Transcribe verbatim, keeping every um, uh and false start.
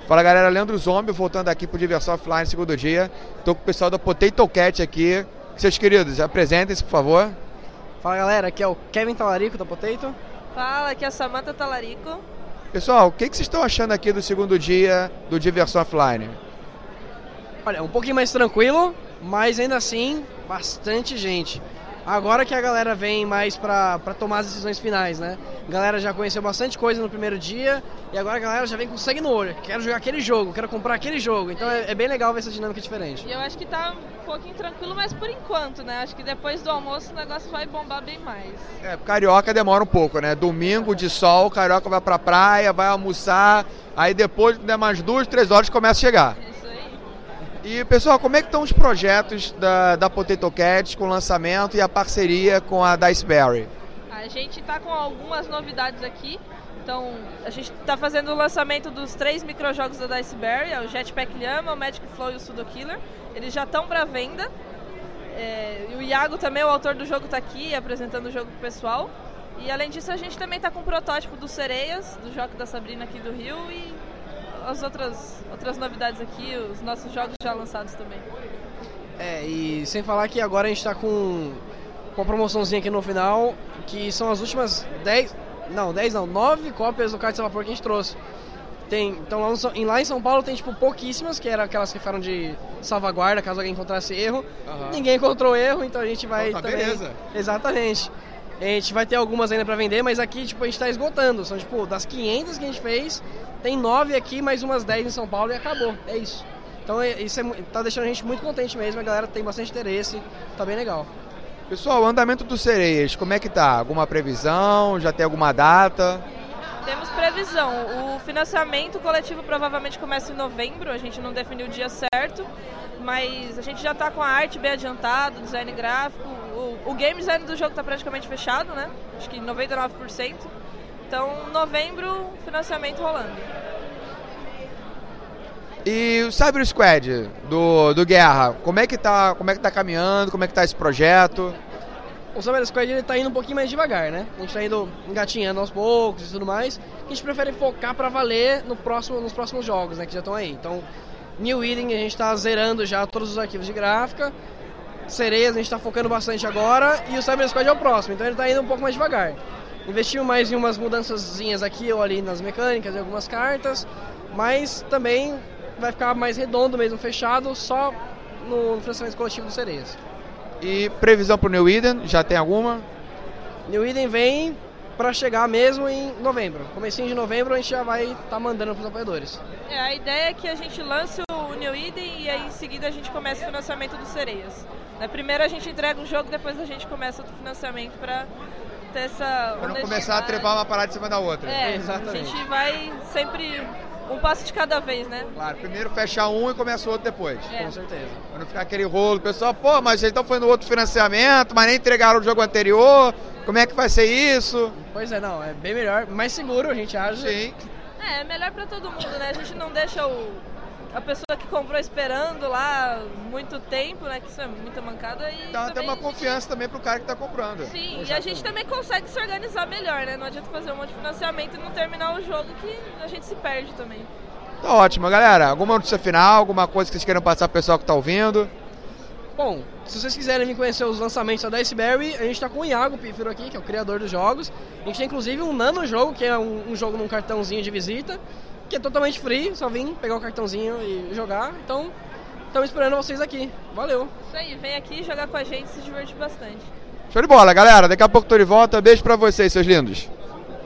Fala galera, Leandro Zombie, voltando aqui pro Diversão Offline, segundo dia. Tô com o pessoal da Potato Cat aqui. Seus queridos, apresentem-se, por favor. Fala galera, aqui é o Kevin Talarico da Potato. Fala, aqui é a Samantha Talarico. Pessoal, o que, que vocês estão achando aqui do segundo dia do Diversão Offline? Olha, um pouquinho mais tranquilo, mas ainda assim, bastante gente. Agora que a galera vem mais pra, pra tomar as decisões finais, né? A galera já conheceu bastante coisa no primeiro dia e agora a galera já vem com sangue no olho. Quero jogar aquele jogo, quero comprar aquele jogo. Então é, é bem legal ver essa dinâmica diferente. E eu acho que tá um pouquinho tranquilo, mas por enquanto, né? Acho que depois do almoço o negócio vai bombar bem mais. É, Carioca demora um pouco, né? Domingo de sol, Carioca vai pra praia, vai almoçar, aí depois, né, mais duas, três horas começa a chegar. E pessoal, como é que estão os projetos da, da Potato Cat com o lançamento e a parceria com a Diceberry? A gente está com algumas novidades aqui. Então, a gente está fazendo o lançamento dos três microjogos da Diceberry, é o Jetpack Llama, o Magic Flow e o Sudo Killer. Eles já estão para venda. É, e o Iago também, o autor do jogo, está aqui apresentando o jogo pro pessoal. E além disso, a gente também está com o protótipo do Sereias, do jogo da Sabrina aqui do Rio, e as outras, outras novidades aqui, os nossos jogos já lançados também. É, e sem falar que agora a gente tá com, com uma promoçãozinha aqui no final, que são as últimas dez, não, dez não, nove cópias do Kart de Vapor que a gente trouxe. Tem, então lá, no, lá em São Paulo tem tipo pouquíssimas, que eram aquelas que ficaram de salvaguarda, caso alguém encontrasse erro. Uhum. Ninguém encontrou erro, então a gente vai então tá também... Beleza. Exatamente. A gente vai ter algumas ainda pra vender, mas aqui tipo, a gente tá esgotando. São tipo, das quinhentas que a gente fez, tem nove aqui, mais umas dez em São Paulo e acabou. É isso. Então isso é, tá deixando a gente muito contente mesmo, a galera tem bastante interesse, tá bem legal. Pessoal, o andamento dos Sereias, como é que tá? Alguma previsão? Já tem alguma data? Temos previsão. O financiamento coletivo provavelmente começa em novembro, a gente não definiu o dia certo, mas a gente já está com a arte bem adiantada, o design gráfico, o, o game design do jogo está praticamente fechado, né? Acho que noventa e nove por cento. Então, novembro, financiamento rolando. E o Cyber Squad do, do Guerra, como é que tá, como é que tá caminhando, como é que tá esse projeto? O Cyber Squad ele tá indo um pouquinho mais devagar, né? A gente tá indo engatinhando aos poucos e tudo mais. A gente prefere focar pra valer no próximo, nos próximos jogos, né? Que já estão aí. Então, New Eden a gente tá zerando já todos os arquivos de gráfica. Sereias a gente tá focando bastante agora. E o Cyber Squad é o próximo, então ele tá indo um pouco mais devagar. Investiu mais em umas mudançazinhas aqui ou ali nas mecânicas, em algumas cartas. Mas também vai ficar mais redondo mesmo, fechado, só no financiamento coletivo do Sereias. E previsão pro New Eden, já tem alguma? New Eden vem para chegar mesmo em novembro. Comecinho de novembro a gente já vai estar tá mandando para os apoiadores. É, a ideia é que a gente lance o New Eden e aí em seguida a gente começa o financiamento dos Sereias. Né, primeiro a gente entrega o jogo, depois a gente começa o financiamento para ter essa... Para não começar a trepar uma parada em cima da outra. É, exatamente. A gente vai sempre um passo de cada vez, né? Claro, primeiro fecha um e começa o outro depois. É. Com certeza. Pra não ficar aquele rolo, pessoal, pô, mas eles estão fazendo outro financiamento, mas nem entregaram o jogo anterior, como é que vai ser isso? Pois é, não, é bem melhor, mais seguro a gente acha. Sim. É, é melhor pra todo mundo, né? A gente não deixa o, a pessoa que comprou esperando lá muito tempo, né? Que isso é muita mancada. E Dá até uma gente... confiança também pro cara que tá comprando. Sim, exatamente. E a gente também consegue se organizar melhor, né? Não adianta fazer um monte de financiamento e não terminar o jogo que a gente se perde também. Tá ótimo, galera. Alguma notícia final, alguma coisa que vocês queiram passar pro pessoal que tá ouvindo? Bom, se vocês quiserem vir conhecer os lançamentos da Diceberry, a gente tá com o Iago Pífero aqui, que é o criador dos jogos. A gente tem inclusive um nano jogo, que é um, um jogo num cartãozinho de visita, que é totalmente free, só vim pegar o cartãozinho e jogar. Então, estamos esperando vocês aqui. Valeu! Isso aí, vem aqui jogar com a gente e se divertir bastante. Show de bola, galera. Daqui a pouco tô de volta. Beijo pra vocês, seus lindos.